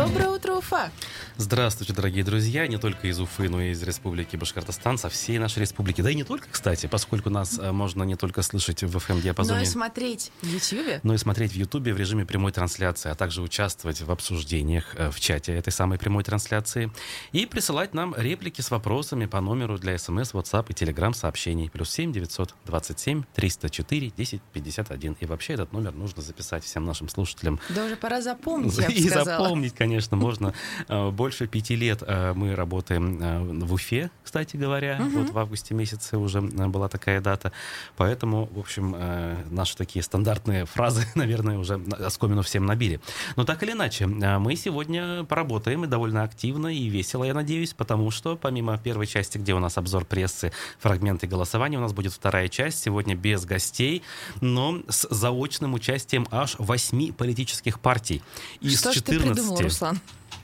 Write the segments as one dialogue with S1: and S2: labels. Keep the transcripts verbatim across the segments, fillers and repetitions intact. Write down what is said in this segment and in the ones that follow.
S1: Доброе утро, Уфа!
S2: Здравствуйте, дорогие друзья, не только из Уфы, но и из Республики Башкортостан, со всей нашей республики. Да и не только, кстати, поскольку нас а, можно не только слышать в эф эм-диапазоне,
S1: но и смотреть в Ютьюбе.
S2: но и смотреть в Ютубе в режиме прямой трансляции, а также участвовать в обсуждениях в чате этой самой прямой трансляции и присылать нам реплики с вопросами по номеру для смс, WhatsApp и Telegram сообщений. Плюс семь девятьсот двадцать семь триста четыре десять пятьдесят один. И вообще этот номер нужно записать всем нашим слушателям.
S1: Да уже пора запомнить, я бы
S2: И
S1: сказала.
S2: запомнить, конечно, можно. Больше пяти лет мы работаем в Уфе, кстати говоря.
S1: Угу.
S2: Вот в августе месяце уже была такая дата. Поэтому, в общем, наши такие стандартные фразы, наверное, уже оскомину всем набили. Но так или иначе, мы сегодня поработаем и довольно активно и весело, я надеюсь, потому что помимо первой части, где у нас обзор прессы, фрагменты голосования, у нас будет вторая часть, сегодня без гостей, но с заочным участием аж восьми политических партий. Из
S1: Что ж ты
S2: четырнадцати.
S1: придумал, Руслан?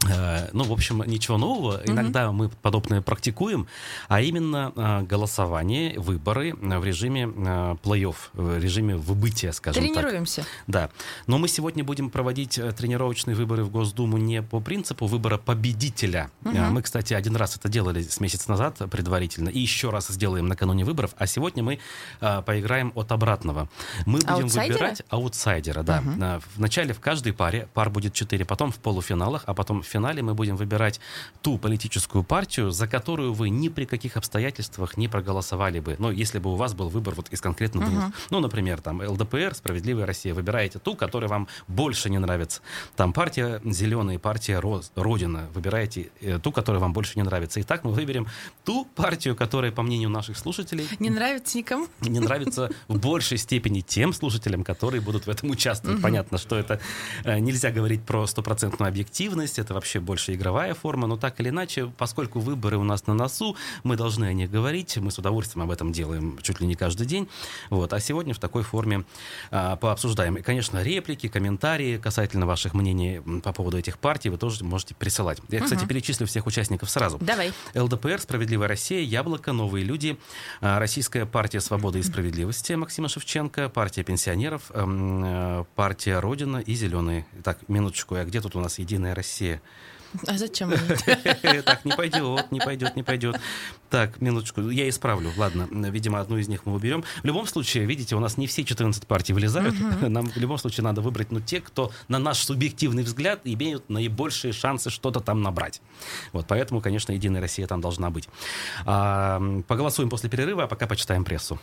S2: Ну, в общем, ничего нового.
S1: Угу.
S2: Иногда мы подобное практикуем, а именно а, голосование, выборы в режиме а, плей-офф, в режиме выбытия, скажем так.
S1: Тренируемся.
S2: Да. Но мы сегодня будем проводить тренировочные выборы в Госдуму не по принципу выбора победителя.
S1: Угу.
S2: Мы, кстати, один раз это делали с месяц назад предварительно, и еще раз сделаем накануне выборов, а сегодня мы а, поиграем от обратного. Мы будем
S1: Аутсайдера?
S2: выбирать аутсайдера, да.
S1: Угу.
S2: Вначале в каждой паре, пар будет четыре, потом в полуфиналах, а потом в финале мы будем выбирать ту политическую партию, за которую вы ни при каких обстоятельствах не проголосовали бы. Ну, если бы у вас был выбор вот из конкретно двух. Uh-huh. Ну, например, там эл дэ пэ эр, «Справедливая Россия». Выбираете ту, которая вам больше не нравится. Там партия «Зеленая», партия «Родина». Выбираете ту, которая вам больше не нравится. И так мы выберем ту партию, которая, по мнению наших слушателей...
S1: Не нравится никому?
S2: Не нравится в большей степени тем слушателям, которые будут в этом участвовать. Uh-huh. Понятно, что это нельзя говорить про стопроцентную объективность, это вообще больше игровая форма, но так или иначе, поскольку выборы у нас на носу, мы должны о них говорить, мы с удовольствием об этом делаем чуть ли не каждый день. Вот. А сегодня в такой форме а, пообсуждаем. И, конечно, реплики, комментарии касательно ваших мнений по поводу этих партий вы тоже можете присылать. Я, кстати, uh-huh. перечислю всех участников сразу.
S1: Давай.
S2: эл дэ пэ эр, «Справедливая Россия», «Яблоко», «Новые люди», Российская партия свободы и справедливости Максима Шевченко, партия пенсионеров, партия «Родина» и «Зеленые». Так, минуточку, а где тут у нас «Единая Россия»?
S1: А зачем они?
S2: Так, не пойдет, не пойдет, не пойдет. Так, минуточку, я исправлю. Ладно, видимо, одну из них мы уберем. В любом случае, видите, у нас не все четырнадцать партий вылезают. Uh-huh. Нам в любом случае надо выбрать, ну, те, кто, на наш субъективный взгляд, имеют наибольшие шансы что-то там набрать. Вот, поэтому, конечно, «Единая Россия» там должна быть. А, поголосуем после перерыва, а пока почитаем прессу.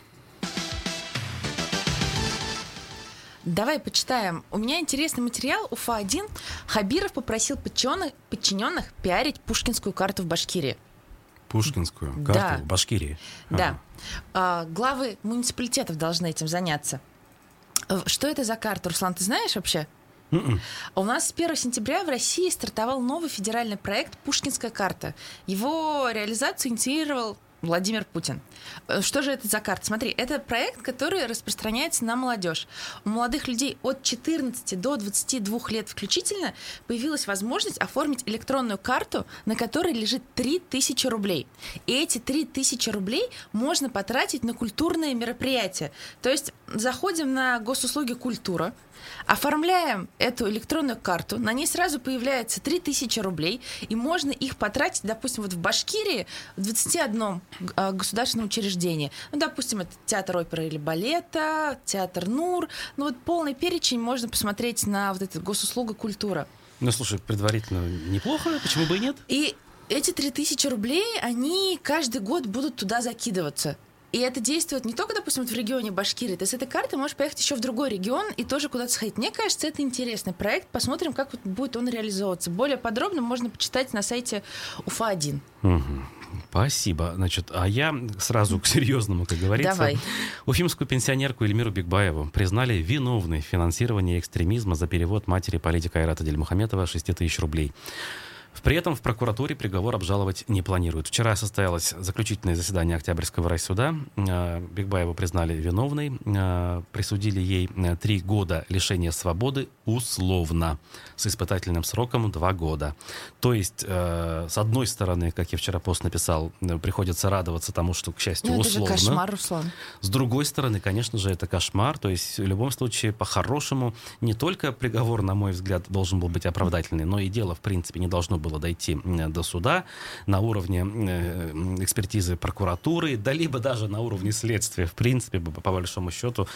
S1: Давай почитаем. У меня интересный материал. Уфа один. Хабиров попросил подчиненных, подчиненных пиарить пушкинскую карту в Башкирии.
S2: Пушкинскую карту
S1: да.
S2: в Башкирии?
S1: Да.
S2: Ага.
S1: А, главы муниципалитетов должны этим заняться. Что это за карта, Руслан, ты знаешь вообще?
S2: Mm-mm.
S1: У нас с первого сентября в России стартовал новый федеральный проект «Пушкинская карта». Его реализацию инициировал Владимир Путин. Что же это за карта? Смотри, это проект, который распространяется на молодежь. У молодых людей от четырнадцати до двадцати двух лет включительно появилась возможность оформить электронную карту, на которой лежит три тысячи рублей. И эти три тысячи рублей можно потратить на культурные мероприятия. То есть заходим на госуслуги «Культура», оформляем эту электронную карту, на ней сразу появляется три тысячи рублей, и можно их потратить, допустим, вот в Башкирии в двадцати одном государственном учреждении. Ну, допустим, это театр оперы или балета, театр НУР. Ну, вот полный перечень можно посмотреть на вот эту госуслугу «Культура».
S2: Ну, слушай, предварительно неплохо, почему бы и нет?
S1: И эти три тысячи рублей, они каждый год будут туда закидываться. И это действует не только, допустим, в регионе Башкирии. Ты с этой картой можешь поехать еще в другой регион и тоже куда-то сходить. Мне кажется, это интересный проект. Посмотрим, как вот будет он реализовываться. Более подробно можно почитать на сайте Уфа один.
S2: Угу. Спасибо. Значит, а я сразу к серьезному, как говорится.
S1: Давай.
S2: Уфимскую пенсионерку Эльмиру Бекбаеву признали виновной в финансировании экстремизма за перевод матери политика Айрата Дильмухаметова шесть тысяч рублей. При этом в прокуратуре приговор обжаловать не планируют. Вчера состоялось заключительное заседание Октябрьского райсуда. Бигбаеву признали виновной, присудили ей три года лишения свободы условно, с испытательным сроком два года. То есть, с одной стороны, как я вчера пост написал, приходится радоваться тому, что, к счастью,
S1: ну,
S2: условно.
S1: Это же кошмар, Руслан.
S2: С другой стороны, конечно же, это кошмар. То есть, в любом случае, по-хорошему, не только приговор, на мой взгляд, должен был быть оправдательный, но и дело, в принципе, не должно было дойти до суда на уровне экспертизы прокуратуры, да либо даже на уровне следствия. В принципе, по большому счету,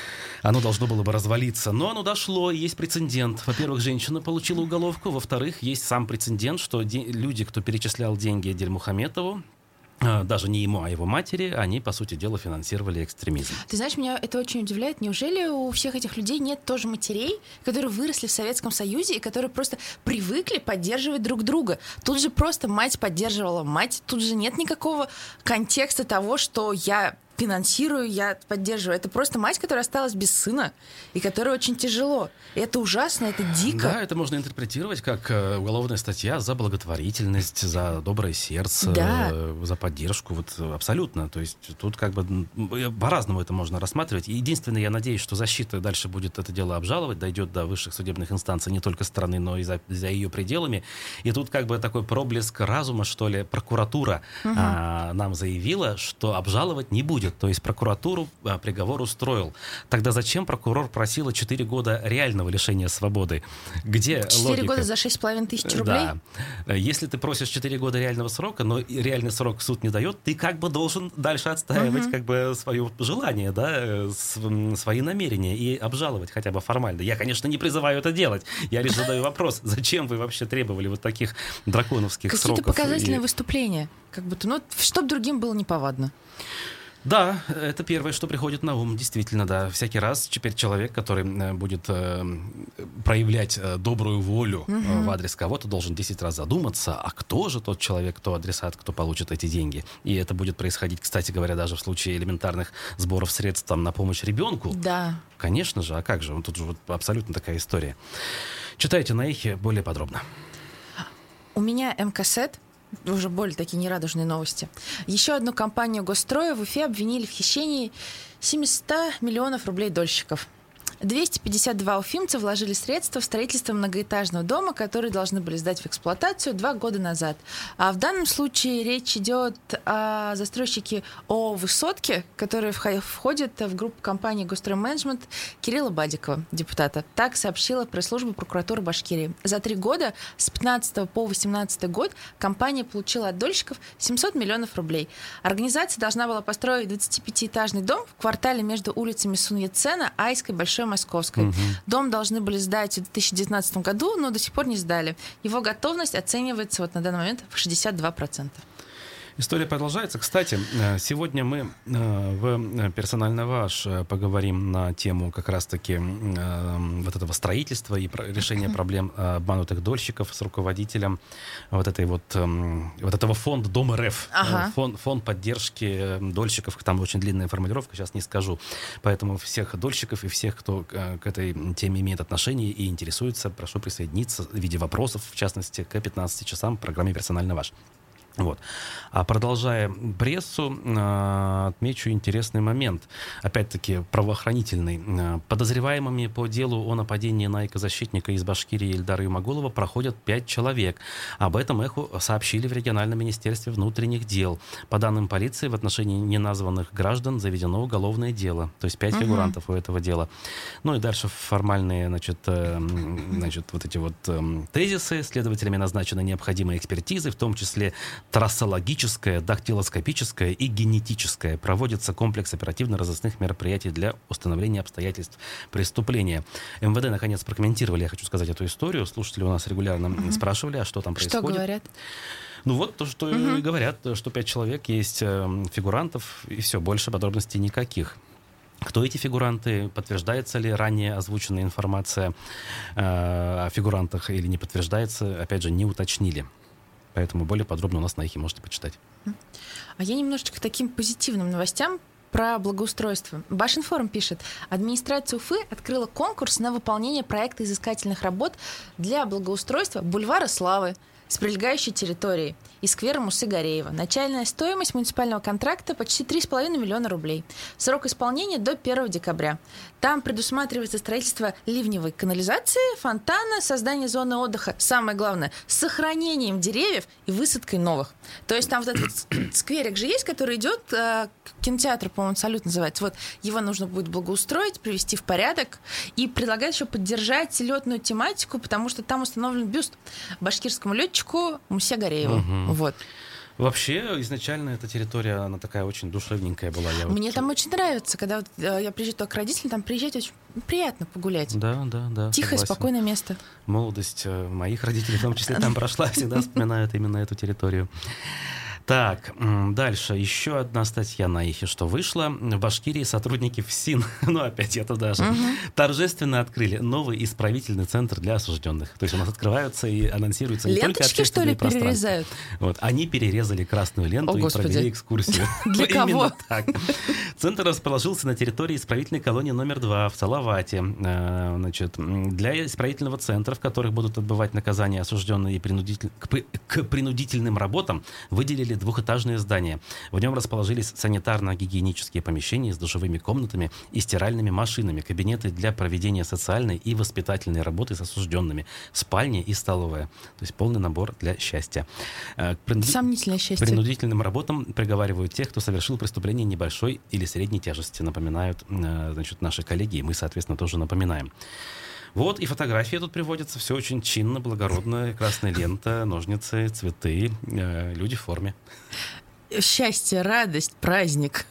S2: оно должно было бы развалиться. Но оно дошло, и есть прецедент. Во-первых, женщина получила уголовку. Во-вторых, есть сам прецедент, что де- люди, кто перечислял деньги Дильмухаметову, даже не ему, а его матери, они, по сути дела, финансировали экстремизм.
S1: Ты знаешь, меня это очень удивляет. Неужели у всех этих людей нет тоже матерей, которые выросли в Советском Союзе и которые просто привыкли поддерживать друг друга? Тут же просто мать поддерживала мать. Тут же нет никакого контекста того, что я финансирую, я поддерживаю. Это просто мать, которая осталась без сына, и которой очень тяжело. И это ужасно, это дико.
S2: Да, это можно интерпретировать как уголовная статья за благотворительность, за доброе сердце,
S1: да.
S2: за поддержку. Вот абсолютно. То есть тут как бы по-разному это можно рассматривать. Единственное, я надеюсь, что защита дальше будет это дело обжаловать, дойдет до высших судебных инстанций не только страны, но и за, за ее пределами. И тут как бы такой проблеск разума, что ли, прокуратура угу. а, нам заявила, что обжаловать не будет. То есть прокуратуру а, приговор устроил. Тогда зачем прокурор просила четыре года реального лишения свободы? Где
S1: четыре
S2: логика?
S1: года за шесть с половиной тысяч рублей?
S2: Да. Если ты просишь четыре года реального срока, но реальный срок суд не дает, ты как бы должен дальше отстаивать угу. как бы свое желание, да, свои намерения и обжаловать хотя бы формально. Я, конечно, не призываю это делать. Я лишь задаю вопрос, зачем вы вообще требовали вот таких драконовских
S1: Какие-то
S2: сроков?
S1: Какие-то показательные
S2: и...
S1: выступления. Как будто, ну, чтоб другим было неповадно.
S2: Да, это первое, что приходит на ум, действительно, да. Всякий раз теперь человек, который будет э, проявлять э, добрую волю э, uh-huh. в адрес кого-то, должен десять раз задуматься, а кто же тот человек, кто адресат, кто получит эти деньги. И это будет происходить, кстати говоря, даже в случае элементарных сборов средств там, на помощь ребенку.
S1: Да.
S2: Конечно же, а как же? Тут же вот абсолютно такая история. Читайте на Эхе более подробно.
S1: У меня МКСЭД. Уже более такие нерадужные новости. Еще одну компанию Госстроя в Уфе обвинили в хищении семьсот миллионов рублей дольщиков. двести пятьдесят два уфимца вложили средства в строительство многоэтажного дома, который должны были сдать в эксплуатацию два года назад. А в данном случае речь идет о застройщике ООО «Высотки», который входит в группу компании «Госстройменеджмент» Кирилла Бадикова, депутата. Так сообщила пресс-служба прокуратуры Башкирии. За три года, с пятнадцатого по восемнадцатый год, компания получила от дольщиков семьсот миллионов рублей. Организация должна была построить двадцатипятиэтажный дом в квартале между улицами Суньяцена, Айской, Большой Московской. Угу. Дом должны были сдать в две тысячи девятнадцатом году, но до сих пор не сдали. Его готовность оценивается вот на данный момент в шестьдесят два процента.
S2: История продолжается. Кстати, сегодня мы в «Персонально ваш» поговорим на тему как раз-таки вот этого строительства и решения проблем обманутых дольщиков с руководителем вот этой вот, вот этого фонда Дом РФ. Ага. Фонд, фонд поддержки дольщиков. Там очень длинная формулировка, сейчас не скажу. Поэтому всех дольщиков и всех, кто к этой теме имеет отношение и интересуется, прошу присоединиться в виде вопросов, в частности, к пятнадцати часам в программе «Персонально ваш». Вот. А продолжая прессу, отмечу интересный момент, опять-таки правоохранительный. Подозреваемыми по делу о нападении на экозащитника из Башкирии Ильдара Юмагулова проходят пять человек. Об этом Эху сообщили в региональном министерстве внутренних дел. По данным полиции, в отношении неназванных граждан заведено уголовное дело. То есть пять угу. фигурантов у этого дела. Ну и дальше формальные, значит, значит, вот эти вот тезисы. Следователями назначены необходимые экспертизы, в том числе трассологическое, дактилоскопическое и генетическое. Проводится комплекс оперативно-розыскных мероприятий для установления обстоятельств преступления. МВД, наконец, прокомментировали, я хочу сказать, эту историю. Слушатели у нас регулярно угу. спрашивали, а что там происходит.
S1: Что говорят?
S2: Ну вот то, что угу. и говорят, что пять человек, есть фигурантов, и все, больше подробностей никаких. Кто эти фигуранты? Подтверждается ли ранее озвученная информация э, о фигурантах или не подтверждается? Опять же, не уточнили. Поэтому более подробно у нас на Эхе можете почитать.
S1: А я немножечко к таким позитивным новостям про благоустройство. Башинформ пишет, администрация Уфы открыла конкурс на выполнение проекта изыскательных работ для благоустройства бульвара Славы. с прилегающей территорией и сквером Мусы Гореева. Начальная стоимость муниципального контракта почти три с половиной миллиона рублей. Срок исполнения до первого декабря. Там предусматривается строительство ливневой канализации, фонтана, создание зоны отдыха. Самое главное, с сохранением деревьев и высадкой новых. То есть там вот этот вот скверик же есть, который идет, э, кинотеатр, по-моему, «Салют» называется. Вот его нужно будет благоустроить, привести в порядок и предлагают еще поддержать летную тематику, потому что там установлен бюст башкирскому летчику Мусе Горееву. Угу. Вот.
S2: Вообще, изначально эта территория, она такая очень душевненькая была. Я
S1: Мне
S2: вот...
S1: там очень нравится, когда вот, э, я приезжаю только к родителям, там приезжать очень приятно погулять.
S2: Да, да, да.
S1: Тихое,
S2: согласен.
S1: Спокойное место.
S2: Молодость моих родителей, в том числе, там прошла, всегда вспоминают именно эту территорию. Так, дальше. Еще одна статья на Ихе, что вышла. В Башкирии сотрудники ФСИН, ну опять я туда же, угу. торжественно открыли новый исправительный центр для осужденных. То есть у нас открываются и анонсируются не
S1: ленточки,
S2: только общественные
S1: что ли, перерезают?
S2: Вот, они перерезали красную ленту
S1: О,
S2: и
S1: Господи.
S2: провели экскурсию.
S1: Для кого?
S2: Именно так. Центр расположился на территории исправительной колонии номер два в Салавате. Значит, для исправительного центра, в которых будут отбывать наказание осужденные и принудитель... к принудительным работам, выделили двухэтажное здание. В нем расположились санитарно-гигиенические помещения с душевыми комнатами и стиральными машинами, кабинеты для проведения социальной и воспитательной работы с осужденными, спальня и столовая. То есть полный набор для счастья. К принуди...
S1: Сомнительное счастье.
S2: принудительным работам приговаривают тех, кто совершил преступление небольшой или средней тяжести, напоминают, значит, наши коллеги, и мы, соответственно, тоже напоминаем. Вот, и фотографии тут приводятся, все очень чинно, благородно, красная лента, ножницы, цветы, э, люди в форме.
S1: Счастье, радость, праздник.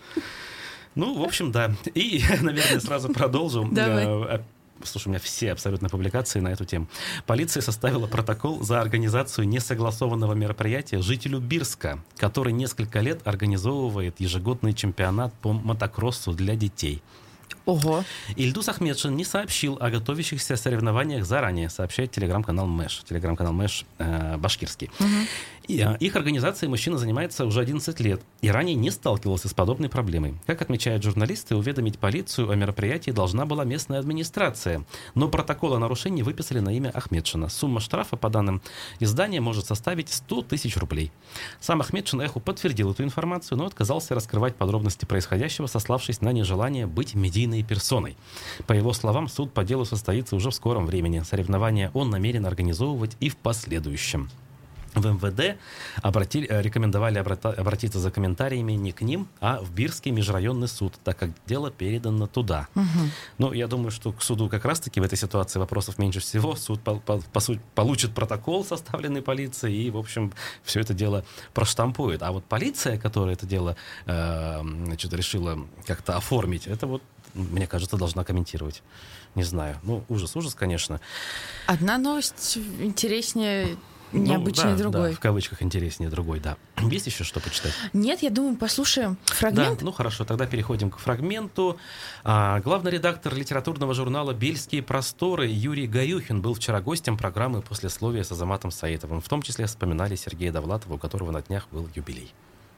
S2: Ну, в общем, да. И, наверное, сразу продолжу.
S1: Давай.
S2: Слушай, у меня все абсолютно публикации на эту тему. Полиция составила протокол за организацию несогласованного мероприятия жителю Бирска, который несколько лет организовывает ежегодный чемпионат по мотокроссу для детей.
S1: Ого.
S2: Ильдус Ахмедшин не сообщил о готовящихся соревнованиях заранее, сообщает телеграм-канал Мэш. Телеграм-канал Мэш э, башкирский. Угу. И, э, их организацией мужчина занимается уже одиннадцать лет и ранее не сталкивался с подобной проблемой. Как отмечают журналисты, уведомить полицию о мероприятии должна была местная администрация. Но протокол о нарушении выписали на имя Ахмедшина. Сумма штрафа, по данным издания, может составить сто тысяч рублей. Сам Ахмедшин Эху подтвердил эту информацию, но отказался раскрывать подробности происходящего, сославшись на нежелание быть медийной персоной. По его словам, суд по делу состоится уже в скором времени. Соревнования он намерен организовывать и в последующем. В эм вэ дэ обрати, рекомендовали обрата, обратиться за комментариями не к ним, а в Бирский межрайонный суд, так как дело передано туда. Угу. Ну, я думаю, что к суду как раз-таки в этой ситуации вопросов меньше всего. Суд по, по, по сути, получит протокол, составленный полицией, и, в общем, все это дело проштампует. А вот полиция, которая это дело э, значит, решила как-то оформить, это вот, мне кажется, должна комментировать. Не знаю. Ну, ужас, ужас, конечно.
S1: Одна новость интереснее... Необычный
S2: ну, да,
S1: другой.
S2: Да, в кавычках интереснее другой, да. Есть еще что почитать?
S1: Нет, я думаю, послушаем фрагмент.
S2: Да, ну хорошо, тогда переходим к фрагменту. А, главный редактор литературного журнала «Бельские просторы» Юрий Гаюхин был вчера гостем программы «Послесловие» с Азаматом Саитовым. В том числе вспоминали Сергея Довлатова, у которого на днях был юбилей.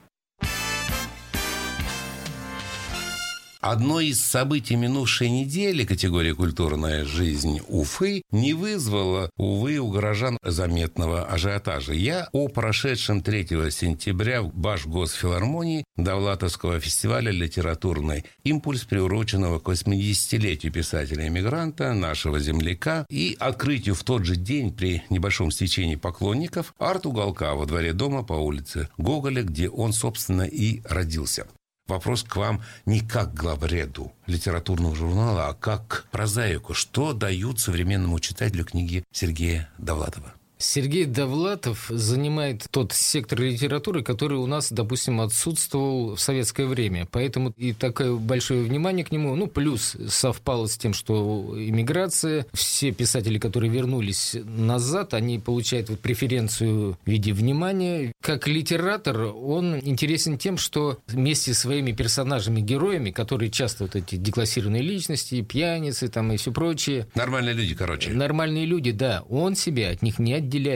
S3: Одно из событий минувшей недели, категория «Культурная жизнь Уфы», не вызвало, увы, у горожан заметного ажиотажа. Я о прошедшем третьего сентября в Башгосфилармонии Довлатовского фестиваля «Литературный импульс», приуроченного к восьмидесятилетию писателя-эмигранта, нашего земляка, и открытию в тот же день при небольшом стечении поклонников арт-уголка во дворе дома по улице Гоголя, где он, собственно, и родился. Вопрос к вам не как главреду литературного журнала, а как к прозаику. Что дают современному читателю книги Сергея Довлатова?
S4: Сергей Довлатов занимает тот сектор литературы, который у нас, допустим, отсутствовал в советское время. Поэтому и такое большое внимание к нему. Ну, плюс совпало с тем, что иммиграция. Все писатели, которые вернулись назад, они получают вот преференцию в виде внимания. Как литератор он интересен тем, что вместе со своими персонажами-героями, которые часто вот эти деклассированные личности, пьяницы там и все прочее.
S3: Нормальные люди, короче.
S4: Нормальные люди, да. Он себя от них не отделяет.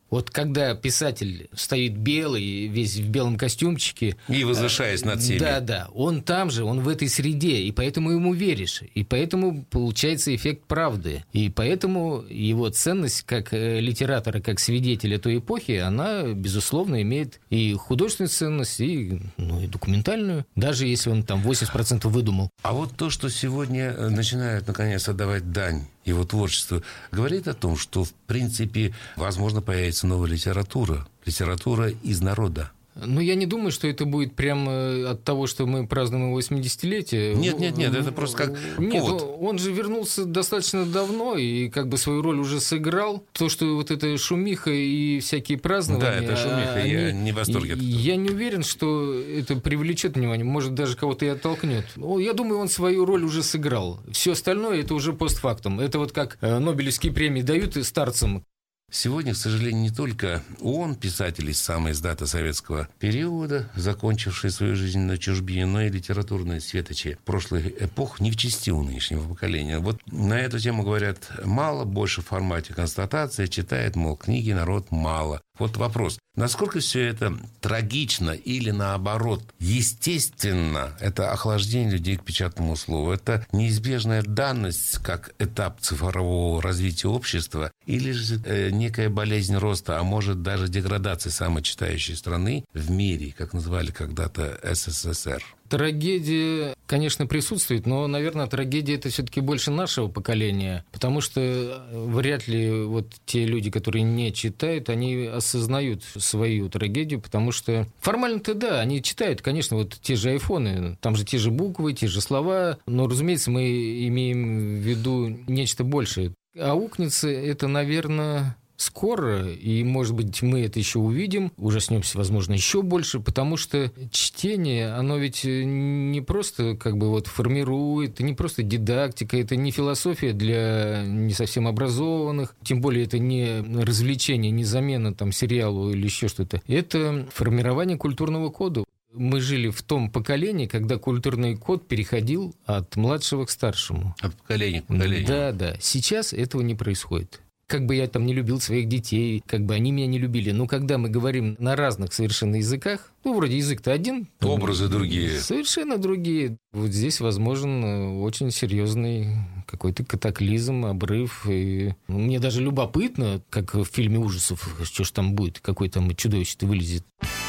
S4: Вот когда писатель стоит белый, весь в белом костюмчике...
S3: И возвышаясь над всеми.
S4: Да, да. Он там же, он в этой среде, и поэтому ему веришь. И поэтому получается эффект правды. И поэтому его ценность как литератора, как свидетеля той эпохи, она, безусловно, имеет и художественную ценность, и, ну, и документальную, даже если он там восемьдесят процентов выдумал.
S3: А вот то, что сегодня начинают, наконец, отдавать дань его творчеству, говорит о том, что, в принципе, возможно, появится новая литература. Литература из народа.
S4: Ну, я не думаю, что это будет прямо от того, что мы празднуем восьмидесятилетие.
S3: Нет, нет, нет, это просто как
S4: Нет,
S3: повод.
S4: Он же вернулся достаточно давно и как бы свою роль уже сыграл. То, что вот эта шумиха и всякие празднования...
S3: Да, это шумиха,
S4: они...
S3: я не в восторге.
S4: Я не уверен, что это привлечет внимание, может, даже кого-то и оттолкнет. Я думаю, он свою роль уже сыграл. Все остальное – это уже постфактум. Это вот как Нобелевские премии дают и старцам.
S3: Сегодня, к сожалению, не только он, писатель из самоиздата советского периода, закончивший свою жизнь на чужбине, но и литературные светочи прошлых эпох не в чести у нынешнего поколения. Вот на эту тему говорят мало, больше в формате констатации, читает, мол, книги народ мало. Вот вопрос, насколько все это трагично или, наоборот, естественно, это охлаждение людей к печатному слову, это неизбежная данность как этап цифрового развития общества, или же э, некая болезнь роста, а может даже деградация самой читающей страны в мире, как называли когда-то СССР.
S4: Трагедия, конечно, присутствует, но, наверное, трагедия – это все-таки больше нашего поколения, потому что вряд ли вот те люди, которые не читают, они осознают свою трагедию, потому что формально-то да, они читают, конечно, вот те же айфоны, там же те же буквы, те же слова, но, разумеется, мы имеем в виду нечто большее. Аукнется – это, наверное... скоро, и, может быть, мы это еще увидим, ужаснемся, возможно, еще больше, потому что чтение, оно ведь не просто как бы вот формирует, не просто дидактика, это не философия для не совсем образованных, тем более это не развлечение, не замена там сериалу или еще что-то. Это формирование культурного кода. Мы жили в том поколении, когда культурный код переходил от младшего к старшему.
S3: От поколения к поколению.
S4: Да, да. Сейчас этого не происходит. Как бы я там не любил своих детей, как бы они меня не любили, но когда мы говорим на разных совершенно языках, ну, вроде язык-то один.
S3: Образы другие.
S4: Совершенно другие. Вот здесь возможен очень серьезный какой-то катаклизм, обрыв. И мне даже любопытно, как в фильме ужасов, что ж там будет, какой там чудовище-то вылезет.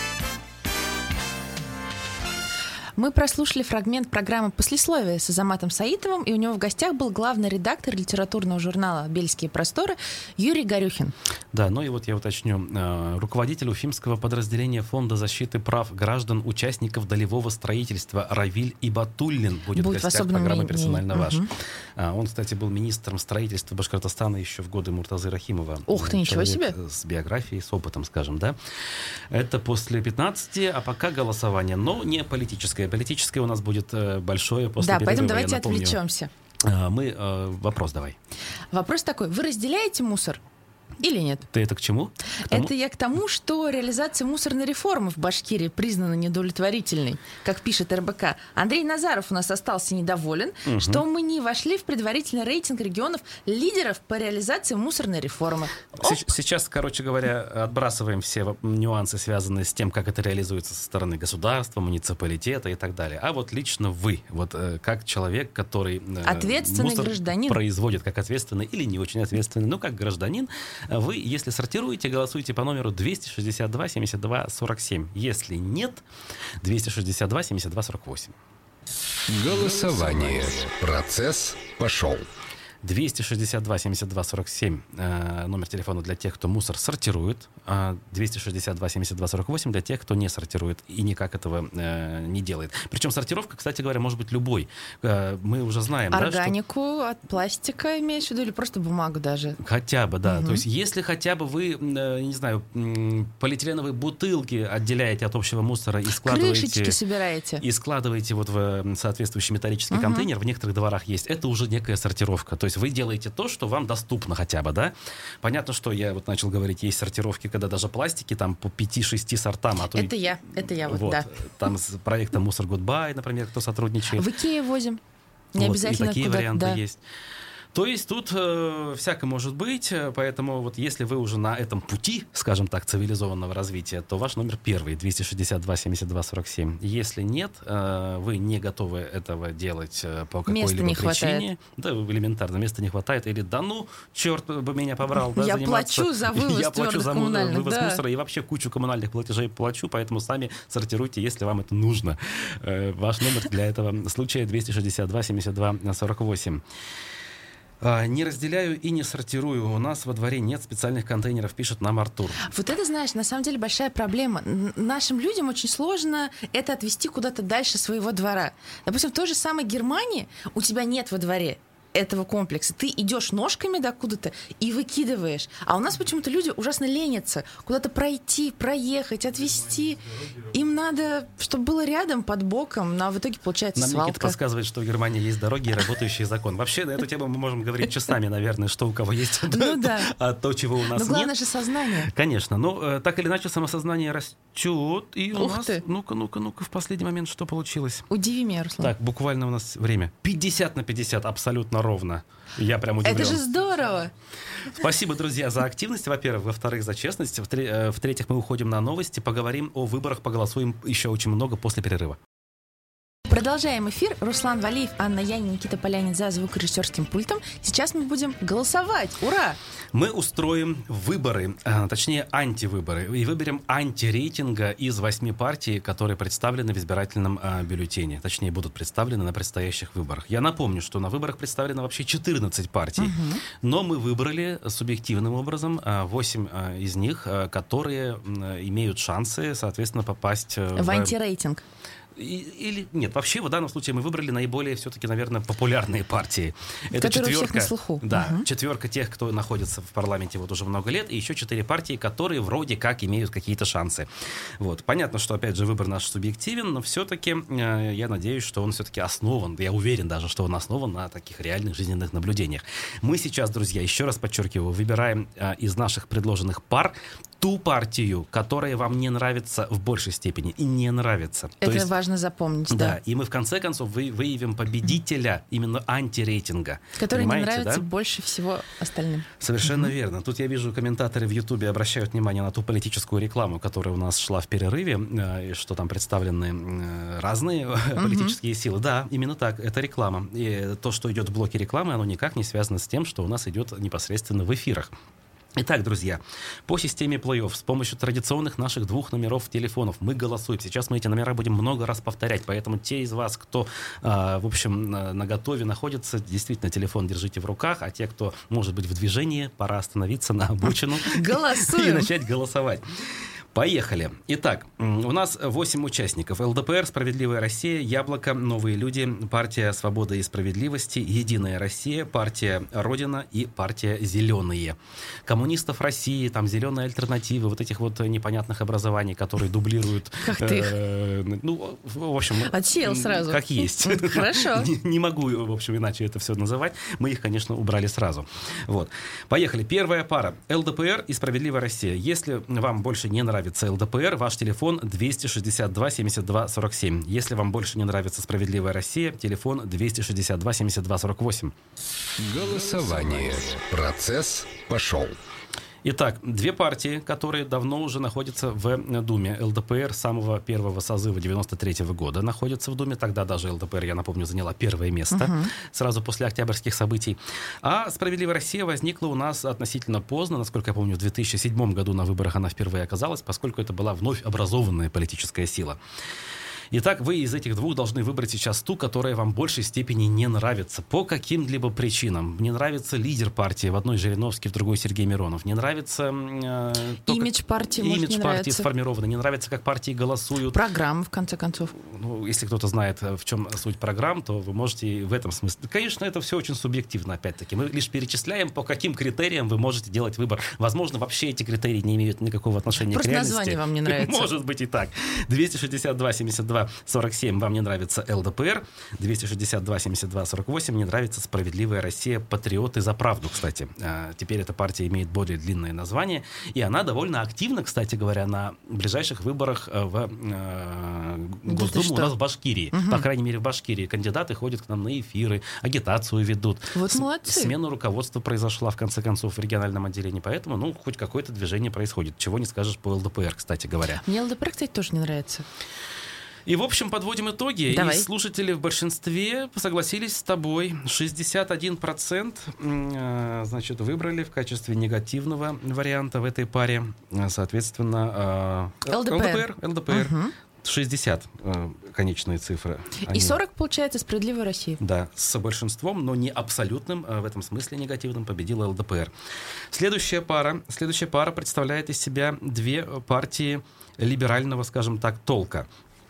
S1: Мы прослушали фрагмент программы «Послесловие» с Азаматом Саитовым, и у него в гостях был главный редактор литературного журнала «Бельские просторы» Юрий Горюхин.
S2: Да, ну и вот я уточню. Руководитель уфимского подразделения Фонда защиты прав граждан, участников долевого строительства Равиль Ибатуллин будет, будет в гостях в программы «Персонально ваш». Угу. Он, кстати, был министром строительства Башкортостана еще в годы Муртазы Рахимова.
S1: Ух ты, ничего себе!
S2: С биографией, с опытом, скажем, да. Это после пятнадцати, а пока голосование, но не политическое. Политическое у нас будет большое после
S1: да,
S2: перерыва. Да,
S1: поэтому давайте отвлечемся.
S2: Мы... Вопрос давай.
S1: Вопрос такой. Вы разделяете мусор? Или нет?
S2: Ты это к чему? К тому?
S1: Это я к тому, что реализация мусорной реформы в Башкирии признана недовлетворительной, как пишет эр бэ ка. Андрей Назаров у нас остался недоволен, угу. что мы не вошли в предварительный рейтинг регионов лидеров по реализации мусорной реформы.
S2: Сейчас, короче говоря, отбрасываем все нюансы, связанные с тем, как это реализуется со стороны государства, муниципалитета и так далее. А вот лично вы, вот как человек, который
S1: ответственный
S2: мусор
S1: гражданин
S2: производит, как ответственный или не очень ответственный, но как гражданин, вы, если сортируете, голосуйте по номеру двести шестьдесят два семьдесят два сорок семь. Если нет, двести шестьдесят два семьдесят два сорок восемь.
S3: Голосование. Процесс пошел.
S2: двести шестьдесят два семьдесят два сорок семь э, номер телефона для тех, кто мусор сортирует, а двести шестьдесят два семьдесят два сорок восемь для тех, кто не сортирует и никак этого э, не делает. Причем сортировка, кстати говоря, может быть любой. Э, мы уже знаем,
S1: органику,
S2: да, что...
S1: от пластика имеешь в виду, или просто бумагу даже?
S2: Хотя бы, да.
S1: Угу. То
S2: есть если хотя бы вы, э, не знаю, полиэтиленовые бутылки отделяете от общего мусора и складываете...
S1: Крышечки собираете.
S2: И складываете вот в соответствующий металлический
S1: угу.
S2: контейнер, в некоторых дворах есть, это уже некая сортировка. То есть вы делаете то, что вам доступно хотя бы, да? Понятно, что я вот начал говорить, есть сортировки, когда даже пластики там по пяти-шести сортам. А то
S1: это
S2: и...
S1: я, это я вот,
S2: вот,
S1: да.
S2: Там с проектом «Мусор Гудбай», например, кто сотрудничает.
S1: В Икее возим. Не
S2: вот,
S1: обязательно
S2: и такие
S1: куда-то,
S2: варианты
S1: да.
S2: есть. То есть тут э, всякое может быть, поэтому вот если вы уже на этом пути, скажем так, цивилизованного развития, то ваш номер первый, двести шестьдесят два семьдесят два сорок семь. Если нет, э, вы не готовы этого делать э, по какой-либо
S1: не
S2: причине,
S1: хватает.
S2: да, элементарно, места не хватает, или да ну, черт бы меня побрал, да,
S1: Я
S2: заниматься.
S1: плачу за вывоз
S2: Я плачу
S1: твердых
S2: за
S1: коммунальных,
S2: вывоз
S1: да.
S2: мусора и вообще кучу коммунальных платежей плачу, поэтому сами сортируйте, если вам это нужно. Э, ваш номер для этого случая двести шестьдесят два семьдесят два сорок восемь. Не разделяю и не сортирую. У нас во дворе нет специальных контейнеров, пишет нам Артур.
S1: Вот это, знаешь, на самом деле большая проблема. Н- Нашим людям очень сложно это отвести куда-то дальше своего двора. Допустим, в той же самой Германии у тебя нет во дворе этого комплекса. Ты идешь ножками да, куда-то и выкидываешь. А у нас почему-то люди ужасно ленятся куда-то пройти, проехать, отвезти. Им надо, чтобы было рядом, под боком, но в итоге получается
S2: Нам Никита
S1: свалка.
S2: подсказывает, что в Германии есть дороги и работающий закон. Вообще на эту тему мы можем говорить часами, наверное, что у кого есть,
S1: Ну да.
S2: а то, чего у нас
S1: Но главное
S2: нет.
S1: же сознание.
S2: Конечно, но так или иначе самосознание растет, и у
S1: Ух
S2: нас,
S1: ты.
S2: ну-ка, ну-ка, ну-ка, в последний момент что получилось?
S1: Удиви меня, Руслан.
S2: Так, буквально у нас время. пятьдесят на пятьдесят, абсолютно ровно. Я прям удивлен.
S1: Это же здорово!
S2: Спасибо, друзья, за активность, во-первых. Во-вторых, за честность. В- В-третьих, мы уходим на новости, поговорим о выборах, поголосуем еще очень много после перерыва.
S1: Продолжаем эфир. Руслан Валиев, Анна Янин, Никита Полянин за звукорежиссерским пультом. Сейчас мы будем голосовать. Ура!
S2: Мы устроим выборы, а, точнее антивыборы, и выберем антирейтинга из восьми партий, которые представлены в избирательном а, бюллетене. Точнее, будут представлены на предстоящих выборах. Я напомню, что на выборах представлено вообще четырнадцать партий,
S1: Мгм.
S2: но мы выбрали субъективным образом а, восемь а, из них, а, которые м, имеют шансы, соответственно, попасть э,
S1: В антирейтинг.
S2: И- Или нет, вообще в данном случае мы выбрали наиболее все-таки, наверное, популярные партии. Это
S1: Которые у всех
S2: четверка,
S1: на слуху.
S2: да,
S1: Мгм.
S2: четверка тех, кто находится в парламенте вот уже много лет, и еще четыре партии, которые вроде как имеют какие-то шансы. Вот. Понятно, что, опять же, выбор наш субъективен, но все-таки э, я надеюсь, что он все-таки основан, я уверен даже, что он основан на таких реальных жизненных наблюдениях. Мы сейчас, друзья, еще раз подчеркиваю, выбираем э, из наших предложенных пар ту партию, которая вам не нравится в большей степени и не нравится. То
S1: Это
S2: есть-
S1: важно запомнить,
S2: да,
S1: да.
S2: и мы в конце концов вы, выявим победителя именно антирейтинга.
S1: Который не
S2: Понимаете,
S1: нравится
S2: да?
S1: больше всего остальным.
S2: Совершенно верно. Тут я вижу, комментаторы в Ютубе обращают внимание на ту политическую рекламу, которая у нас шла в перерыве, э, и что там представлены э, разные политические силы. Да, именно так, это реклама. И то, что идет в блоке рекламы, оно никак не связано с тем, что у нас идет непосредственно в эфирах. Итак, друзья, по системе плей-офф с помощью традиционных наших двух номеров телефонов мы голосуем. Сейчас мы эти номера будем много раз повторять, поэтому те из вас, кто, а, в общем, на, на готове находится, действительно, телефон держите в руках, а те, кто может быть в движении, пора остановиться на обочину и
S1: Голосуем!
S2: начать голосовать. Поехали. Итак, м, у нас восемь участников. ЛДПР, Справедливая Россия, Яблоко, Новые люди, Партия Свободы и Справедливости, Единая Россия, Партия Родина и Партия Зеленые. Коммунистов России, там Зеленые альтернативы, вот этих вот непонятных образований, которые дублируют...
S1: Как ты их?
S2: э, ну, в общем...
S1: Отсеял сразу.
S2: Как есть.
S1: Хорошо.
S2: Не, не могу, в общем, иначе это все называть. Мы их, конечно, убрали сразу. Вот. Поехали. Первая пара. ЛДПР и Справедливая Россия. Если вам больше не нравится ЛДПР, ваш телефон двести шестьдесят два семьдесят два сорок семь. Если вам больше не нравится Справедливая Россия, телефон двести шестьдесят два семьдесят два сорок восемь.
S3: Голосование. Процесс пошел.
S2: Итак, две партии, которые давно уже находятся в Думе. ЛДПР с самого первого созыва девяносто третьего года находится в Думе. Тогда даже ЛДПР, я напомню, заняла первое место
S1: Мгм.
S2: сразу после октябрьских событий. А «Справедливая Россия» возникла у нас относительно поздно. Насколько я помню, в две тысячи седьмом году на выборах она впервые оказалась, поскольку это была вновь образованная политическая сила. Итак, вы из этих двух должны выбрать сейчас ту, которая вам в большей степени не нравится. По каким-либо причинам. Не нравится лидер партии. В одной Жириновский, в другой Сергей Миронов. Не нравится... Э, то,
S1: Имидж
S2: как-
S1: партии, может,
S2: Имидж
S1: не
S2: партии
S1: нравится.
S2: сформирован. Не нравится, как партии голосуют.
S1: Программа, в конце концов.
S2: Ну, если кто-то знает, э, в чем суть программ, то вы можете и в этом смысле. Конечно, это все очень субъективно, опять-таки. Мы лишь перечисляем, по каким критериям вы можете делать выбор. Возможно, вообще эти критерии не имеют никакого отношения
S1: Просто
S2: к реальности.
S1: название вам не нравится.
S2: Может быть и так. двести шестьдесят два семьдесят два два сорок семь, вам не нравится эл дэ пэ эр. двести шестьдесят два семьдесят два сорок восемь, не нравится «Справедливая Россия. Патриоты за правду», кстати. Теперь эта партия имеет более длинное название, и она довольно активна, кстати говоря, на ближайших выборах в Госдуму у нас в Башкирии. Угу. По крайней мере, в Башкирии. Кандидаты ходят к нам на эфиры, агитацию ведут.
S1: Вот молодцы.
S2: Смена руководства произошла, в конце концов, в региональном отделении, поэтому, ну, хоть какое-то движение происходит. Чего не скажешь по эл дэ пэ эр, кстати говоря.
S1: Мне эл дэ пэ эр, кстати, тоже не нравится.
S2: И, в общем, подводим итоги.
S1: Давай.
S2: И слушатели в большинстве согласились с тобой. шестьдесят один процент значит, выбрали в качестве негативного варианта в этой паре. Соответственно,
S1: эл дэ пэ эр.
S2: эл дэ пэ эр.
S1: Угу.
S2: шестьдесят конечные цифры.
S1: И сорок, получается, «Справедливая Россия».
S2: Да, с большинством, но не абсолютным, в этом смысле негативным, победила эл дэ пэ эр. Следующая пара, следующая пара представляет из себя две партии либерального, скажем так, толка.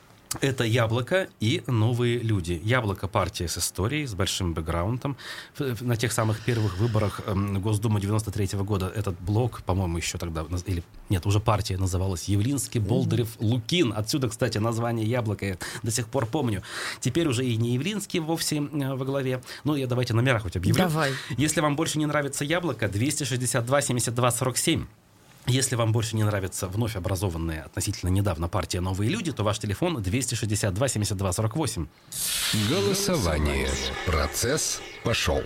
S2: Это «Яблоко» и «Новые люди». «Яблоко» — партия с историей, с большим бэкграундом. На тех самых первых выборах Госдумы девяносто третьего года этот блок, по-моему, еще тогда, или нет, уже партия называлась Явлинский, Болдырев, Лукин. Отсюда, кстати, название «Яблоко» я до сих пор помню. Теперь уже и не Явлинский вовсе во главе. Ну, я давайте номера хоть объявлю.
S1: Давай.
S2: Если вам больше не нравится «Яблоко», двести шестьдесят два семьдесят два сорок семь. Если вам больше не нравится вновь образованная относительно недавно партия «Новые люди», то ваш телефон двести шестьдесят два семьдесят два сорок восемь.
S3: Голосование. Процесс пошел.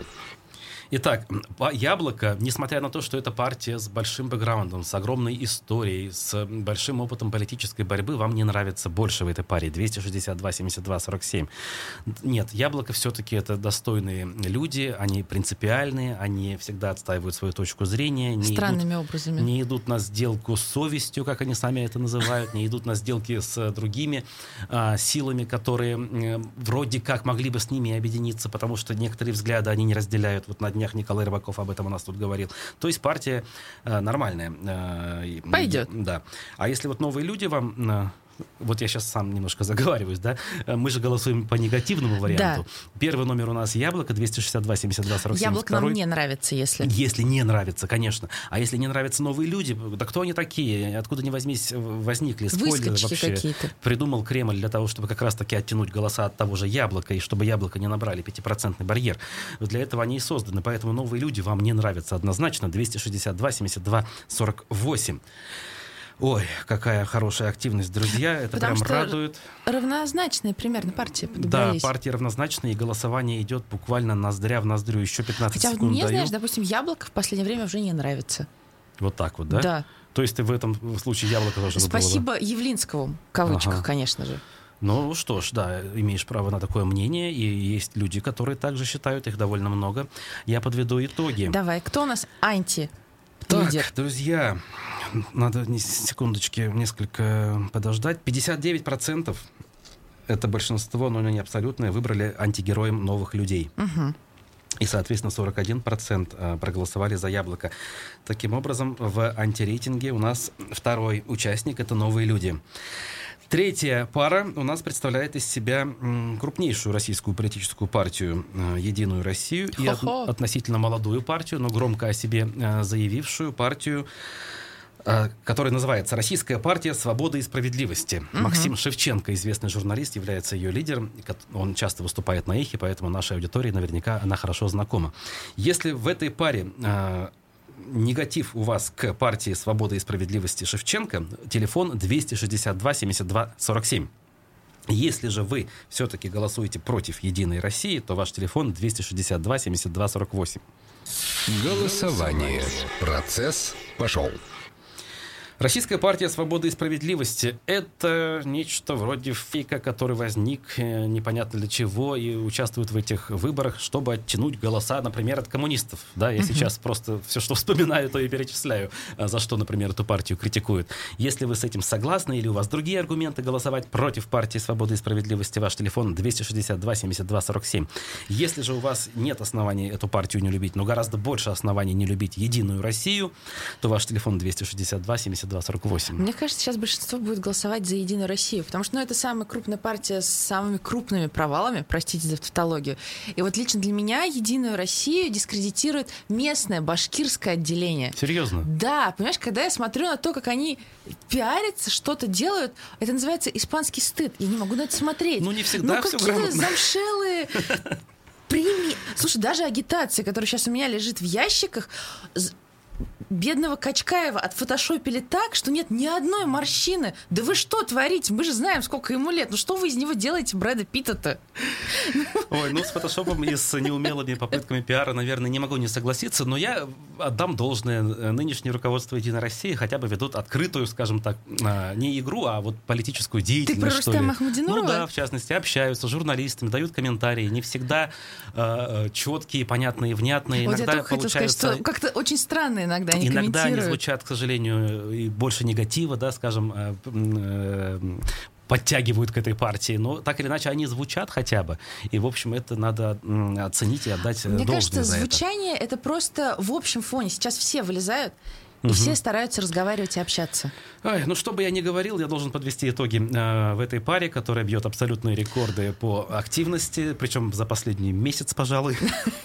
S2: Итак, «Яблоко», несмотря на то, что это партия с большим бэкграундом, с огромной историей, с большим опытом политической борьбы, вам не нравится больше в этой паре. двести шестьдесят два семьдесят два сорок семь. Нет, «Яблоко» все-таки это достойные люди, они принципиальные, они всегда отстаивают свою точку зрения. Не
S1: Странными
S2: идут,
S1: образами.
S2: Не идут на сделку с совестью, как они сами это называют, не идут на сделки с другими а, силами, которые а, вроде как могли бы с ними объединиться, потому что некоторые взгляды они не разделяют. Вот на днях Николай Рыбаков об этом у нас тут говорил. То есть партия э, нормальная. Э,
S1: Пойдет.
S2: Да. А если вот «Новые люди» вам... Э, вот я сейчас сам немножко заговариваюсь, да? Мы же голосуем по негативному варианту. Да. Первый номер у нас «Яблоко», двести шестьдесят два семьдесят два сорок семь.
S1: «Яблоко»
S2: Второй...
S1: нам не нравится, если...
S2: Если не нравится, конечно. А если не нравятся «Новые люди», да кто они такие? Откуда ни возьмись возникли? Спойлеры вообще.
S1: Какие-то.
S2: Придумал Кремль для того, чтобы как раз-таки оттянуть голоса от того же «Яблока», и чтобы «Яблоко» не набрали пятипроцентный барьер. Для этого они и созданы. Поэтому «Новые люди» вам не нравятся однозначно. двести шестьдесят два семьдесят два сорок восемь. Ой, какая хорошая активность, друзья. Это
S1: Потому
S2: прям
S1: что
S2: радует.
S1: Равнозначные примерно партии подобрались.
S2: Да, партии равнозначные, и голосование идет буквально ноздря в ноздрю. Еще пятнадцать
S1: Хотя
S2: секунд
S1: вот мне,
S2: даю.
S1: знаешь, допустим, «Яблоко» в последнее время уже не нравится.
S2: Вот так вот, да?
S1: Да.
S2: То есть ты в этом случае «Яблоко» тоже выбрала?
S1: Спасибо Явлинскому, в кавычках,
S2: Ага.
S1: конечно же.
S2: Ну что ж, да, имеешь право на такое мнение, и есть люди, которые также считают, их довольно много. Я подведу итоги.
S1: Давай, кто у нас анти?
S2: Так,
S1: лидер?
S2: друзья, надо секундочки несколько подождать. пятьдесят девять процентов, это большинство, но не абсолютное, выбрали антигероем «Новых людей».
S1: Угу.
S2: И, соответственно, сорок один процент проголосовали за «Яблоко». Таким образом, в антирейтинге у нас второй участник — это «Новые люди». Третья пара у нас представляет из себя крупнейшую российскую политическую партию «Единую Россию» и от, относительно молодую партию, но громко о себе заявившую партию, которая называется «Российская партия свободы и справедливости». Uh-huh. Максим Шевченко, известный журналист, является ее лидером. Он часто выступает на «Эхе», поэтому нашей аудитории наверняка она хорошо знакома. Если в этой паре э, негатив у вас к партии свободы и справедливости Шевченко, телефон двести шестьдесят два семьдесят два сорок семь. Если же вы все-таки голосуете против «Единой России», то ваш телефон двести шестьдесят два семьдесят два сорок восемь.
S3: Голосование. Процесс пошел.
S2: Российская партия свободы и справедливости — это нечто вроде фейка, который возник непонятно для чего и участвует в этих выборах, чтобы оттянуть голоса, например, от коммунистов. Да, я uh-huh. сейчас просто все, что вспоминаю, то и перечисляю, за что, например, эту партию критикуют. Если вы с этим согласны или у вас другие аргументы голосовать против партии свободы и справедливости, ваш телефон двести шестьдесят два семьдесят два сорок семь. Если же у вас нет оснований эту партию не любить, но гораздо больше оснований не любить «Единую Россию», то ваш телефон двести шестьдесят два семьдесят семьдесят два сорок восемь.
S1: Мне кажется, сейчас большинство будет голосовать за «Единую Россию», потому что ну, это самая крупная партия с самыми крупными провалами, простите за тавтологию. И вот лично для меня «Единую Россию» дискредитирует местное башкирское отделение.
S2: Серьезно?
S1: Да, понимаешь, когда я смотрю на то, как они пиарятся, что-то делают, это называется испанский стыд. Я не могу на это смотреть.
S2: Ну, не всегда
S1: ну,
S2: все
S1: какие
S2: грамотно.
S1: замшелые... Прими... Слушай, даже агитация, которая сейчас у меня лежит в ящиках, бедного Качкаева отфотошопили так, что нет ни одной морщины. Да вы что творите? Мы же знаем, сколько ему лет. Ну что вы из него делаете, Брэда Питта-то?
S2: Ой, ну с фотошопом и с неумелыми попытками пиара, наверное, не могу не согласиться, но я отдам должное. Нынешнее руководство «Единой России» хотя бы ведут открытую, скажем так, не игру, а вот политическую деятельность.
S1: Ты про Рустема Ахмадинурова?
S2: Ну да, в частности, общаются с журналистами, дают комментарии, не всегда э, четкие, понятные, внятные.
S1: Вот
S2: иногда
S1: я только
S2: получаются...
S1: хотела сказать, что как-то очень странно иногда они
S2: Иногда они
S1: комментируют.
S2: звучат, к сожалению, и больше негатива, да, скажем, э, э, подтягивают к этой партии, но так или иначе они звучат хотя бы, и, в общем, это надо оценить и отдать
S1: Мне
S2: должное
S1: кажется,
S2: за
S1: звучание это. это просто в общем фоне. Сейчас все вылезают, и
S2: Угу.
S1: все стараются разговаривать и общаться.
S2: Ой, ну, что бы я ни говорил, я должен подвести итоги э, в этой паре, которая бьет абсолютные рекорды по активности, причем за последний месяц, пожалуй.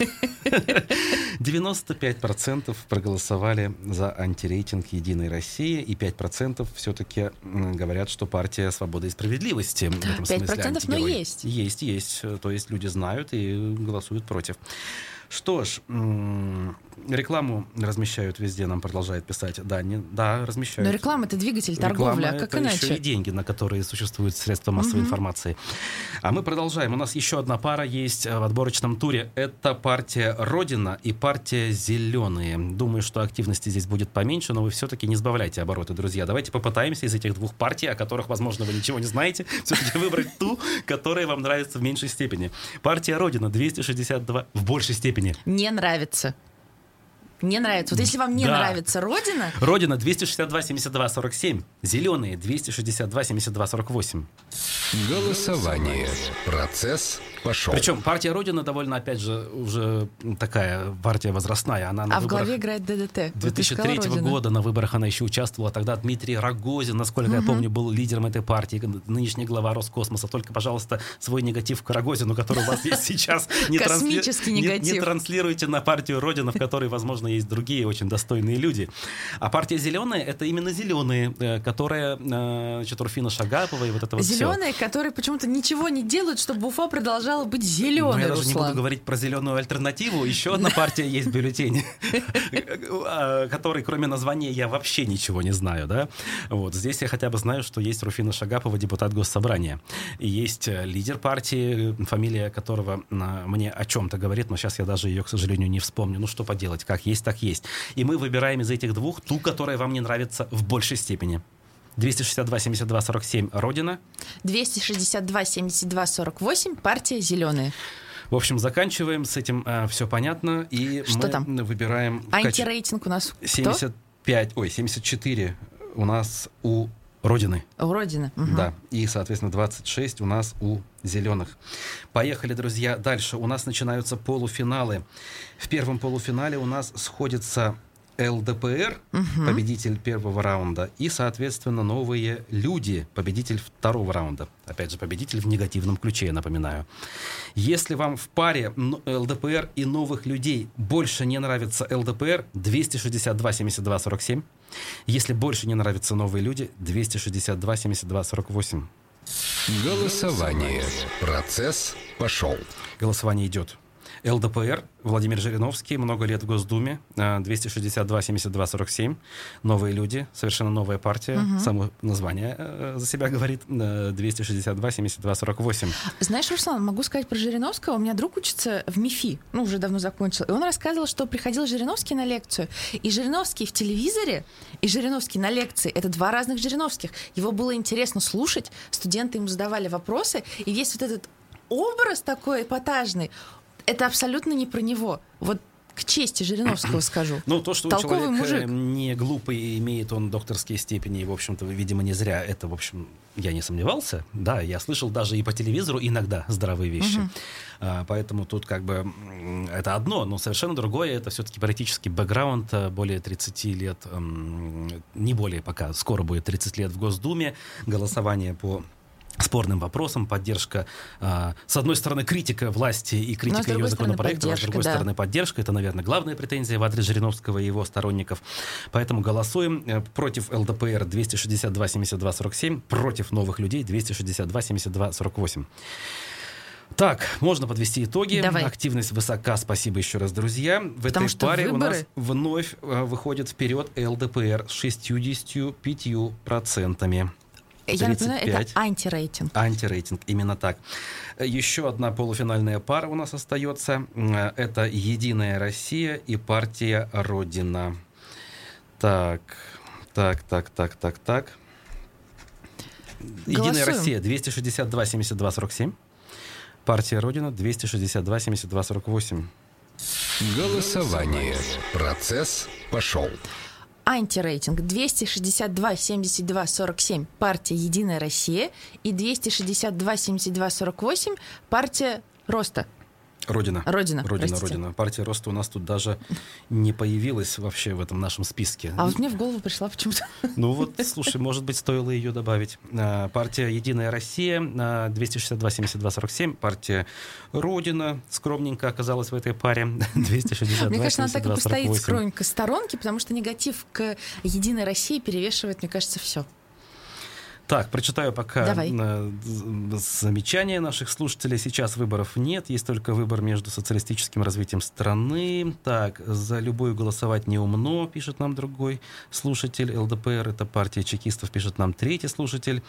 S2: девяносто пять процентов проголосовали за антирейтинг «Единой России», и пять процентов все-таки говорят, что партия «Свобода и справедливости» в этом смысле
S1: пять процентов, но
S2: антигерой.
S1: есть.
S2: Есть, есть. То есть люди знают и голосуют против. Что ж, рекламу размещают везде, нам продолжает писать Дани. Да, размещают.
S1: Но реклама — это двигатель торговли,
S2: Реклама
S1: а как
S2: это
S1: иначе?
S2: еще и деньги, на которые существуют средства массовой
S1: Мгм.
S2: информации. А мы продолжаем. У нас еще одна пара есть в отборочном туре. Это партия «Родина» и партия «Зеленые». Думаю, что активности здесь будет поменьше, но вы все-таки не сбавляйте обороты, друзья. Давайте попытаемся из этих двух партий, о которых, возможно, вы ничего не знаете, все-таки выбрать ту, которая вам нравится в меньшей степени. Партия «Родина» двести шестьдесят два в большей степени.
S1: Не нравится. Не нравится. Вот если вам не
S2: Да.
S1: нравится «Родина»,
S2: Родина двести шестьдесят два семьдесят два сорок семь, Зеленые двести шестьдесят два семьдесят два сорок восемь.
S3: Голосование. Процесс пошел.
S2: Причем партия Родина довольно, опять же, уже такая партия возрастная. Она на
S1: а в
S2: выборах
S1: голове играет ДДТ.
S2: две тысячи третьего года на выборах она еще участвовала. Тогда Дмитрий Рогозин, насколько я помню, был лидером этой партии, нынешний глава Роскосмоса. Только, пожалуйста, свой негатив к Рогозину, который у вас есть сейчас, не трансли-
S1: Космический
S2: не-
S1: негатив.
S2: не транслируйте на партию Родина, в которой, возможно, есть другие очень достойные люди. А партия «Зеленая» — это именно «Зеленые», э, которая, э, значит, Руфина Шагапова и вот это вот всё.
S1: Зеленые, которые почему-то ничего не делают, чтобы Уфа продолжала быть
S2: Ну,
S1: зеленой,
S2: я даже не
S1: Руслан.
S2: буду говорить про зеленую альтернативу. Еще одна партия есть в бюллетене, о которой, кроме названия, я вообще ничего не знаю. Да? Вот. Здесь я хотя бы знаю, что есть Руфина Шагапова, депутат Госсобрания. И есть э, лидер партии, фамилия которого э, мне о чем-то говорит, но сейчас я даже ее, к сожалению, не вспомню. Ну, что поделать, как есть, так есть. И мы выбираем из этих двух ту, которая вам не нравится в большей степени. двести шестьдесят два семьдесят два сорок семь «Родина».
S1: двести шестьдесят два семьдесят два сорок восемь, партия «Зеленые».
S2: В общем, заканчиваем. С этим э, все понятно. И
S1: Что
S2: мы
S1: там?
S2: выбираем... в качестве-
S1: Антирейтинг у нас кто?
S2: семьдесят пять, ой, семьдесят четыре у нас у Родины.
S1: У Родины. Мгм.
S2: Да. И, соответственно, двадцать шесть у нас у Зеленых. Поехали, друзья, дальше. У нас начинаются полуфиналы. В первом полуфинале у нас сходится эл дэ пэ эр,
S1: Мгм.
S2: победитель первого раунда, и, соответственно, «Новые люди», победитель второго раунда. Опять же, победитель в негативном ключе, я напоминаю. Если вам в паре н- эл дэ пэ эр и «Новых людей» больше не нравится эл дэ пэ эр, двести шестьдесят два семьдесят два сорок семь. Если больше не нравятся «Новые люди», двести шестьдесят два семьдесят два сорок восемь.
S3: Голосование. Процесс пошел.
S2: Голосование идет. эл дэ пэ эр, Владимир Жириновский, много лет в Госдуме, э, двести шестьдесят два семьдесят два сорок семь. «Новые люди», совершенно новая партия,
S1: Мгм.
S2: само название э, за себя говорит, э, двести шестьдесят два семьдесят два сорок восемь.
S1: Знаешь, Руслан, могу сказать про Жириновского. У меня друг учится в МИФИ, ну, уже давно закончил. И он рассказывал, что приходил Жириновский на лекцию. И Жириновский в телевизоре, и Жириновский на лекции — это два разных Жириновских. Его было интересно слушать, студенты ему задавали вопросы, и весь вот этот образ такой эпатажный, это абсолютно не про него. Вот к чести Жириновского скажу.
S2: Ну, то, что
S1: Толковый
S2: человек
S1: мужик.
S2: не глупый, и имеет он докторские степени, и, в общем-то, видимо, не зря, это, в общем, я не сомневался. Да, я слышал даже и по телевизору иногда здравые вещи. Угу. А, поэтому тут как бы это одно, но совершенно другое. Это все-таки политический бэкграунд, более тридцати лет, не более пока, скоро будет тридцать лет в Госдуме, голосование по спорным вопросам, поддержка, э, с одной стороны, критика власти и критика ее законопроекта, а с другой да. стороны, поддержка. Это, наверное, главная претензия в адрес Жириновского и его сторонников. Поэтому голосуем. Против ЛДПР двести шестьдесят два семьдесят два сорок семь, против новых людей двести шестьдесят два семьдесят два сорок восемь. Так, можно подвести итоги.
S1: Давай.
S2: Активность высока. Спасибо еще раз, друзья. В
S1: Потому
S2: этой паре
S1: выборы...
S2: у нас вновь э, выходит вперед ЛДПР с шестьюдесятью пятью процентами.
S1: Я напоминаю, это антирейтинг.
S2: Антирейтинг, именно так. Еще одна полуфинальная пара у нас остается. Это «Единая Россия» и партия «Родина». Так, так, так, так, так, так.
S1: Голосуем.
S2: «Единая Россия» двести шестьдесят два семьдесят два сорок семь. Партия «Родина» двести шестьдесят два семьдесят два сорок восемь.
S3: Голосование. Процесс пошел.
S1: Антирейтинг двести шестьдесят два семьдесят два сорок семь партия «Единая Россия» и двести шестьдесят два семьдесят два сорок восемь партия «Роста».
S2: Родина.
S1: Родина,
S2: Родина, Родина. Партия «Роста» у нас тут даже не появилась вообще в этом нашем списке.
S1: А вот мне в голову пришла почему-то.
S2: Ну вот, слушай, может быть, стоило ее добавить. Партия «Единая Россия» двести шестьдесят два семьдесят два сорок семь. Партия «Родина» скромненько оказалась в этой паре двести шестьдесят два семьдесят два сорок восемь.
S1: Мне кажется, она так и постоит скромненько в сторонке, потому что негатив к «Единой России» перевешивает, мне кажется, все.
S2: Так, прочитаю пока
S1: Давай.
S2: замечания наших слушателей. Сейчас выборов нет, есть только выбор между социалистическим развитием страны. Так, за любую голосовать не умно, пишет нам другой слушатель. ЛДПР — это партия чекистов, пишет нам третий слушатель.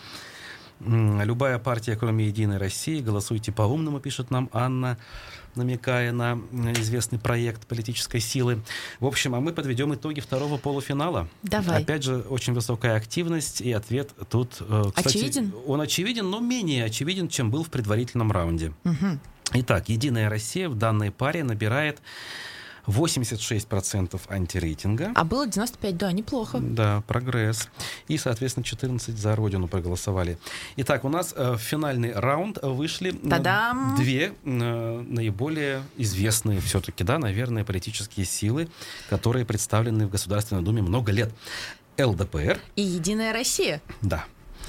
S2: Любая партия, кроме «Единой России», голосуйте по-умному, пишет нам Анна, намекая на известный проект политической силы. В общем, а мы подведем итоги второго полуфинала.
S1: Давай.
S2: Опять же, очень высокая активность, и ответ тут, кстати,
S1: очевиден?
S2: Он очевиден, но менее очевиден, чем был в предварительном раунде.
S1: Угу.
S2: Итак, «Единая Россия» в данной паре набирает восемьдесят шесть процентов антирейтинга.
S1: А было девяносто пять, да, неплохо.
S2: Да, прогресс. И, соответственно, четырнадцать за Родину проголосовали. Итак, у нас э, в финальный раунд вышли
S1: Та-дам!
S2: две э, наиболее известные все-таки, да, наверное, политические силы, которые представлены в Государственной Думе много лет. ЛДПР.
S1: И «Единая Россия».
S2: Да.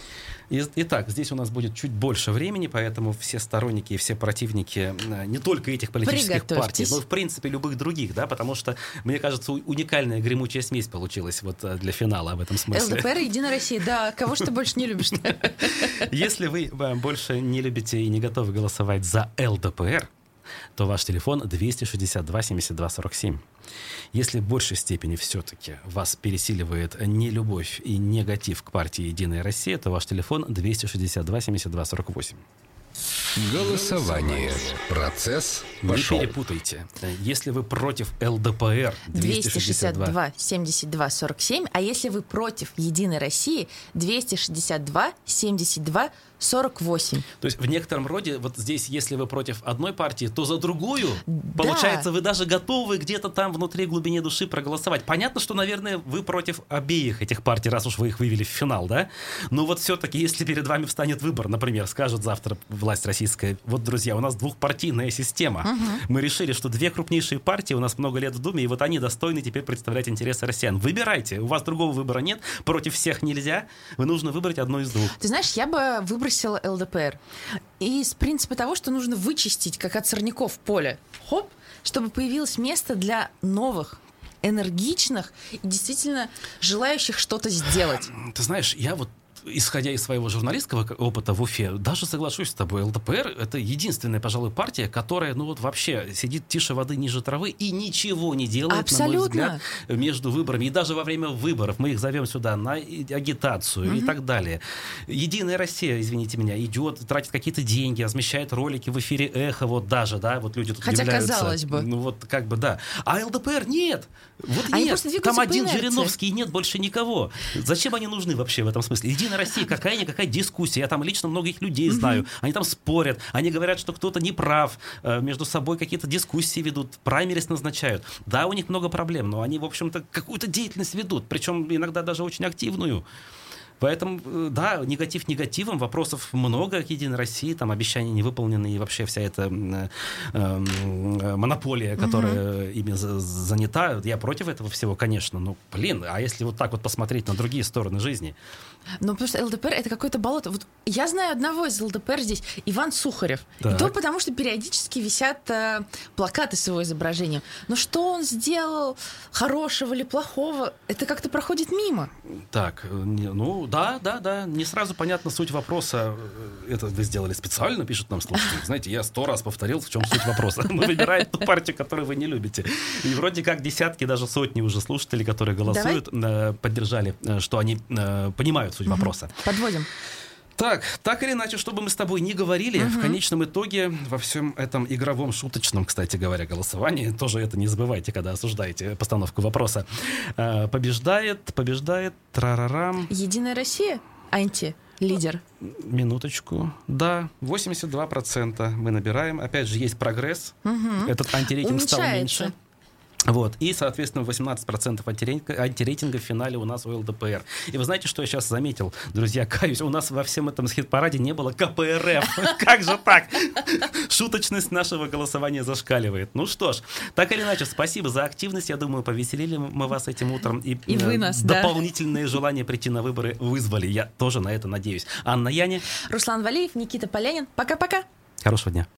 S2: Итак, здесь у нас будет чуть больше времени, поэтому все сторонники и все противники не только этих политических партий, но и, в принципе, любых других, да, потому что, мне кажется, уникальная гремучая смесь получилась вот для финала в этом смысле.
S1: ЛДПР и «Единая Россия», да, кого ж ты больше не любишь?
S2: Если вы больше не любите и не готовы голосовать за ЛДПР, то ваш телефон двести шестьдесят два семьдесят два сорок семь. Если в большей степени все-таки вас пересиливает нелюбовь и негатив к партии «Единая Россия», то ваш телефон двести шестьдесят два семьдесят два сорок восемь.
S3: Голосование. Процесс пошел.
S2: Не перепутайте. Если вы против ЛДПР,
S1: двести шестьдесят два семьдесят два сорок семь, а если вы против «Единой России», двести шестьдесят два семьдесят два сорок восемь.
S2: То есть в некотором роде, вот здесь, если вы против одной партии, то за другую,
S1: да.
S2: Получается, вы даже готовы где-то там внутри глубине души проголосовать. Понятно, что, наверное, вы против обеих этих партий, раз уж вы их вывели в финал, да? Но вот все-таки, если перед вами встанет выбор, например, скажет завтра власть российская: вот, друзья, у нас двухпартийная система. Угу. Мы решили, что две крупнейшие партии у нас много лет в Думе, и вот они достойны теперь представлять интересы россиян. Выбирайте, у вас другого выбора нет, против всех нельзя, вы нужно выбрать одно из двух.
S1: Ты знаешь, я бы выбросила ЛДПР. И из принципа того, что нужно вычистить, как от сорняков, поле, хоп, чтобы появилось место для новых, энергичных и действительно желающих что-то сделать.
S2: Ты знаешь, я вот, исходя из своего журналистского опыта в Уфе, даже соглашусь с тобой, ЛДПР — это единственная, пожалуй, партия, которая, ну вот вообще сидит тише воды, ниже травы и ничего не делает,
S1: абсолютно,
S2: на мой взгляд, между выборами. И даже во время выборов мы их зовем сюда на агитацию угу. и так далее. «Единая Россия», извините меня, идет, тратит какие-то деньги, размещает ролики в эфире «Эхо», вот даже, да, вот люди тут
S1: хотя
S2: удивляются.
S1: казалось бы.
S2: Ну вот как бы, да. А ЛДПР нет. Вот
S1: они
S2: нет. Там один
S1: инерции.
S2: Жириновский, и нет больше никого. Зачем они нужны вообще в этом смысле? «Единая Единая Россия, какая-никакая дискуссия. Я там лично многих людей знаю. Они там спорят, они говорят, что кто-то не прав, между собой какие-то дискуссии ведут, праймерис назначают. Да, у них много проблем, но они, в общем-то, какую-то деятельность ведут, причем иногда даже очень активную. Поэтому, да, негатив негативом, вопросов много к Единой России, там обещания не выполнены, и вообще вся эта э, э, монополия, которая угу. ими за, занята, я против этого всего, конечно, но, блин, а если вот так вот посмотреть на другие стороны жизни?
S1: Ну, потому что ЛДПР — это какое-то болото. Вот я знаю одного из ЛДПР здесь, Иван Сухарев. Так. И то потому, что периодически висят э, плакаты с его изображением. Но что он сделал хорошего или плохого, это как-то проходит мимо.
S2: Так, не, ну, да, да, да, не сразу понятна суть вопроса. Это вы сделали специально, пишут нам слушатели. Знаете, я сто раз повторил, в чем суть вопроса. Мы выбираем ту партию, которую вы не любите. И вроде как десятки, даже сотни уже слушателей, которые голосуют, Давай. поддержали, что они понимают суть вопроса.
S1: Подводим.
S2: Так, так или иначе, что бы мы с тобой ни говорили, uh-huh. в конечном итоге во всем этом игровом, шуточном, кстати говоря, голосовании, тоже это не забывайте, когда осуждаете постановку вопроса, э, побеждает, побеждает, трарарам.
S1: Единая Россия? Анти-лидер.
S2: Минуточку. Да, восемьдесят два процента мы набираем. Опять же, есть прогресс. Uh-huh. Этот антирейтинг стал меньше. Вот. И, соответственно, восемнадцать процентов антирейтинга, антирейтинга в финале у нас у ЛДПР. И вы знаете, что я сейчас заметил? Друзья, каюсь, у нас во всем этом хит-параде не было КПРФ. Как же так? Шуточность нашего голосования зашкаливает. Ну что ж, так или иначе, спасибо за активность. Я думаю, повеселили мы вас этим утром. И,
S1: и вы нас,
S2: дополнительное да. желание прийти на выборы вызвали. Я тоже на это надеюсь. Анна Яне.
S1: Руслан Валиев, Никита Полянин. Пока-пока.
S2: Хорошего дня.